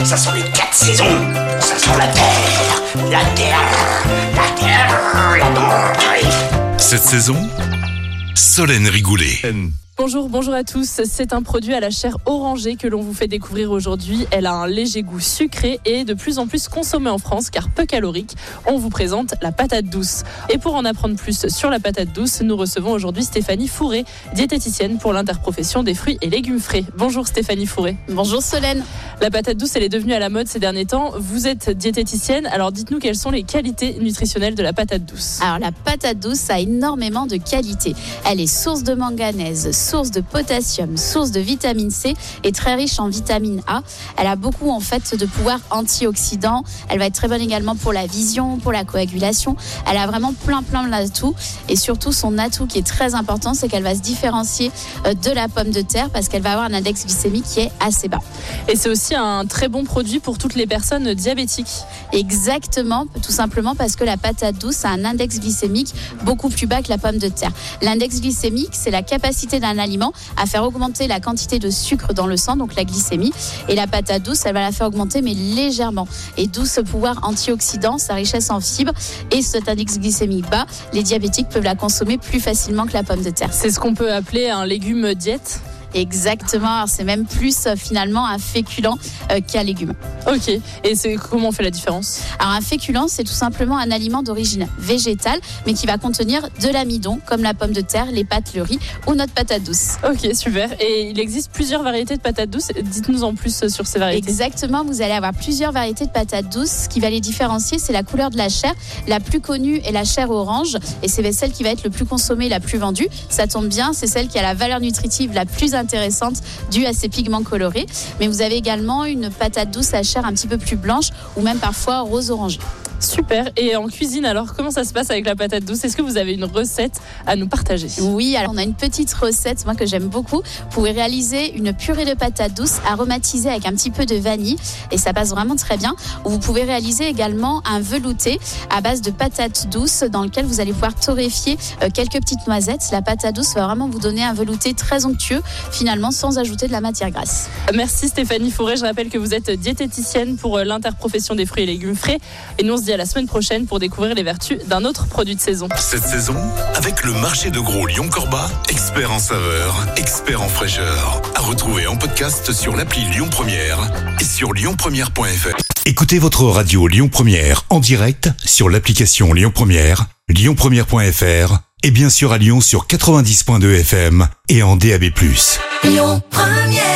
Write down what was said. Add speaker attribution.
Speaker 1: Ça sont les 4 saisons. Ça sent la terre, la terre, la terre, la terre.
Speaker 2: Cette saison, Solène Rigoulet.
Speaker 3: Bonjour à tous. C'est un produit à la chair orangée que l'on vous fait découvrir aujourd'hui. Elle a un léger goût sucré et est de plus en plus consommée en France car peu calorique. On vous présente la patate douce. Et pour en apprendre plus sur la patate douce, nous recevons aujourd'hui Stéphanie Fourré, diététicienne pour l'interprofession des fruits et légumes frais. Bonjour Stéphanie Fourré.
Speaker 4: Bonjour Solène.
Speaker 3: La patate douce, elle est devenue à la mode ces derniers temps. Vous êtes diététicienne, alors dites-nous quelles sont les qualités nutritionnelles de la patate douce.
Speaker 4: Alors la patate douce a énormément de qualités. Elle est source de manganèse, source de potassium, source de vitamine C et très riche en vitamine A. Elle a beaucoup en fait de pouvoirs antioxydants. Elle va être très bonne également pour la vision, pour la coagulation. Elle a vraiment plein d'atouts et surtout son atout qui est très important, c'est qu'elle va se différencier de la pomme de terre parce qu'elle va avoir un index glycémique qui est assez bas.
Speaker 3: Et c'est aussi un très bon produit pour toutes les personnes diabétiques.
Speaker 4: Exactement, tout simplement parce que la patate douce a un index glycémique beaucoup plus bas que la pomme de terre. L'index glycémique, c'est la capacité d'un aliment à faire augmenter la quantité de sucre dans le sang, donc la glycémie. Et la patate douce, elle va la faire augmenter, mais légèrement. Et d'où ce pouvoir antioxydant, sa richesse en fibres et cet index glycémique bas. Les diabétiques peuvent la consommer plus facilement que la pomme de terre.
Speaker 3: C'est ce qu'on peut appeler un légume diète ?
Speaker 4: Exactement, alors c'est même plus finalement un féculent qu'un légume.
Speaker 3: Ok, et comment on fait la différence ?
Speaker 4: Alors un féculent, c'est tout simplement un aliment d'origine végétale, mais qui va contenir de l'amidon, comme la pomme de terre, les pâtes, le riz ou notre patate douce.
Speaker 3: Ok, super. Et il existe plusieurs variétés de patates douces. Dites-nous en plus sur ces variétés.
Speaker 4: Exactement, vous allez avoir plusieurs variétés de patates douces. Ce qui va les différencier, c'est la couleur de la chair. La plus connue est la chair orange, et c'est celle qui va être le plus consommée, la plus vendue. Ça tombe bien, c'est celle qui a la valeur nutritive la plus intéressante due à ses pigments colorés. Mais vous avez également une patate douce à chair un petit peu plus blanche ou même parfois rose orangé.
Speaker 3: Super. Et en cuisine, alors, comment ça se passe avec la patate douce ? Est-ce que vous avez une recette à nous partager ?
Speaker 4: Oui, alors on a une petite recette, moi, que j'aime beaucoup. Vous pouvez réaliser une purée de patates douces aromatisée avec un petit peu de vanille et ça passe vraiment très bien. Ou vous pouvez réaliser également un velouté à base de patates douces dans lequel vous allez pouvoir torréfier quelques petites noisettes. La patate douce va vraiment vous donner un velouté très onctueux, finalement, sans ajouter de la matière grasse.
Speaker 3: Merci Stéphanie Fourré. Je rappelle que vous êtes diététicienne pour l'interprofession des fruits et légumes frais. Et nous, on se dit à la semaine prochaine pour découvrir les vertus d'un autre produit de saison.
Speaker 2: Cette saison, avec le marché de gros Lyon-Corba, expert en saveur, expert en fraîcheur. À retrouver en podcast sur l'appli Lyon Première et sur lyonpremière.fr. Écoutez votre radio Lyon Première en direct sur l'application Lyon Première, lyonpremière.fr et bien sûr à Lyon sur 90.2 FM et en DAB+.
Speaker 5: Lyon Première.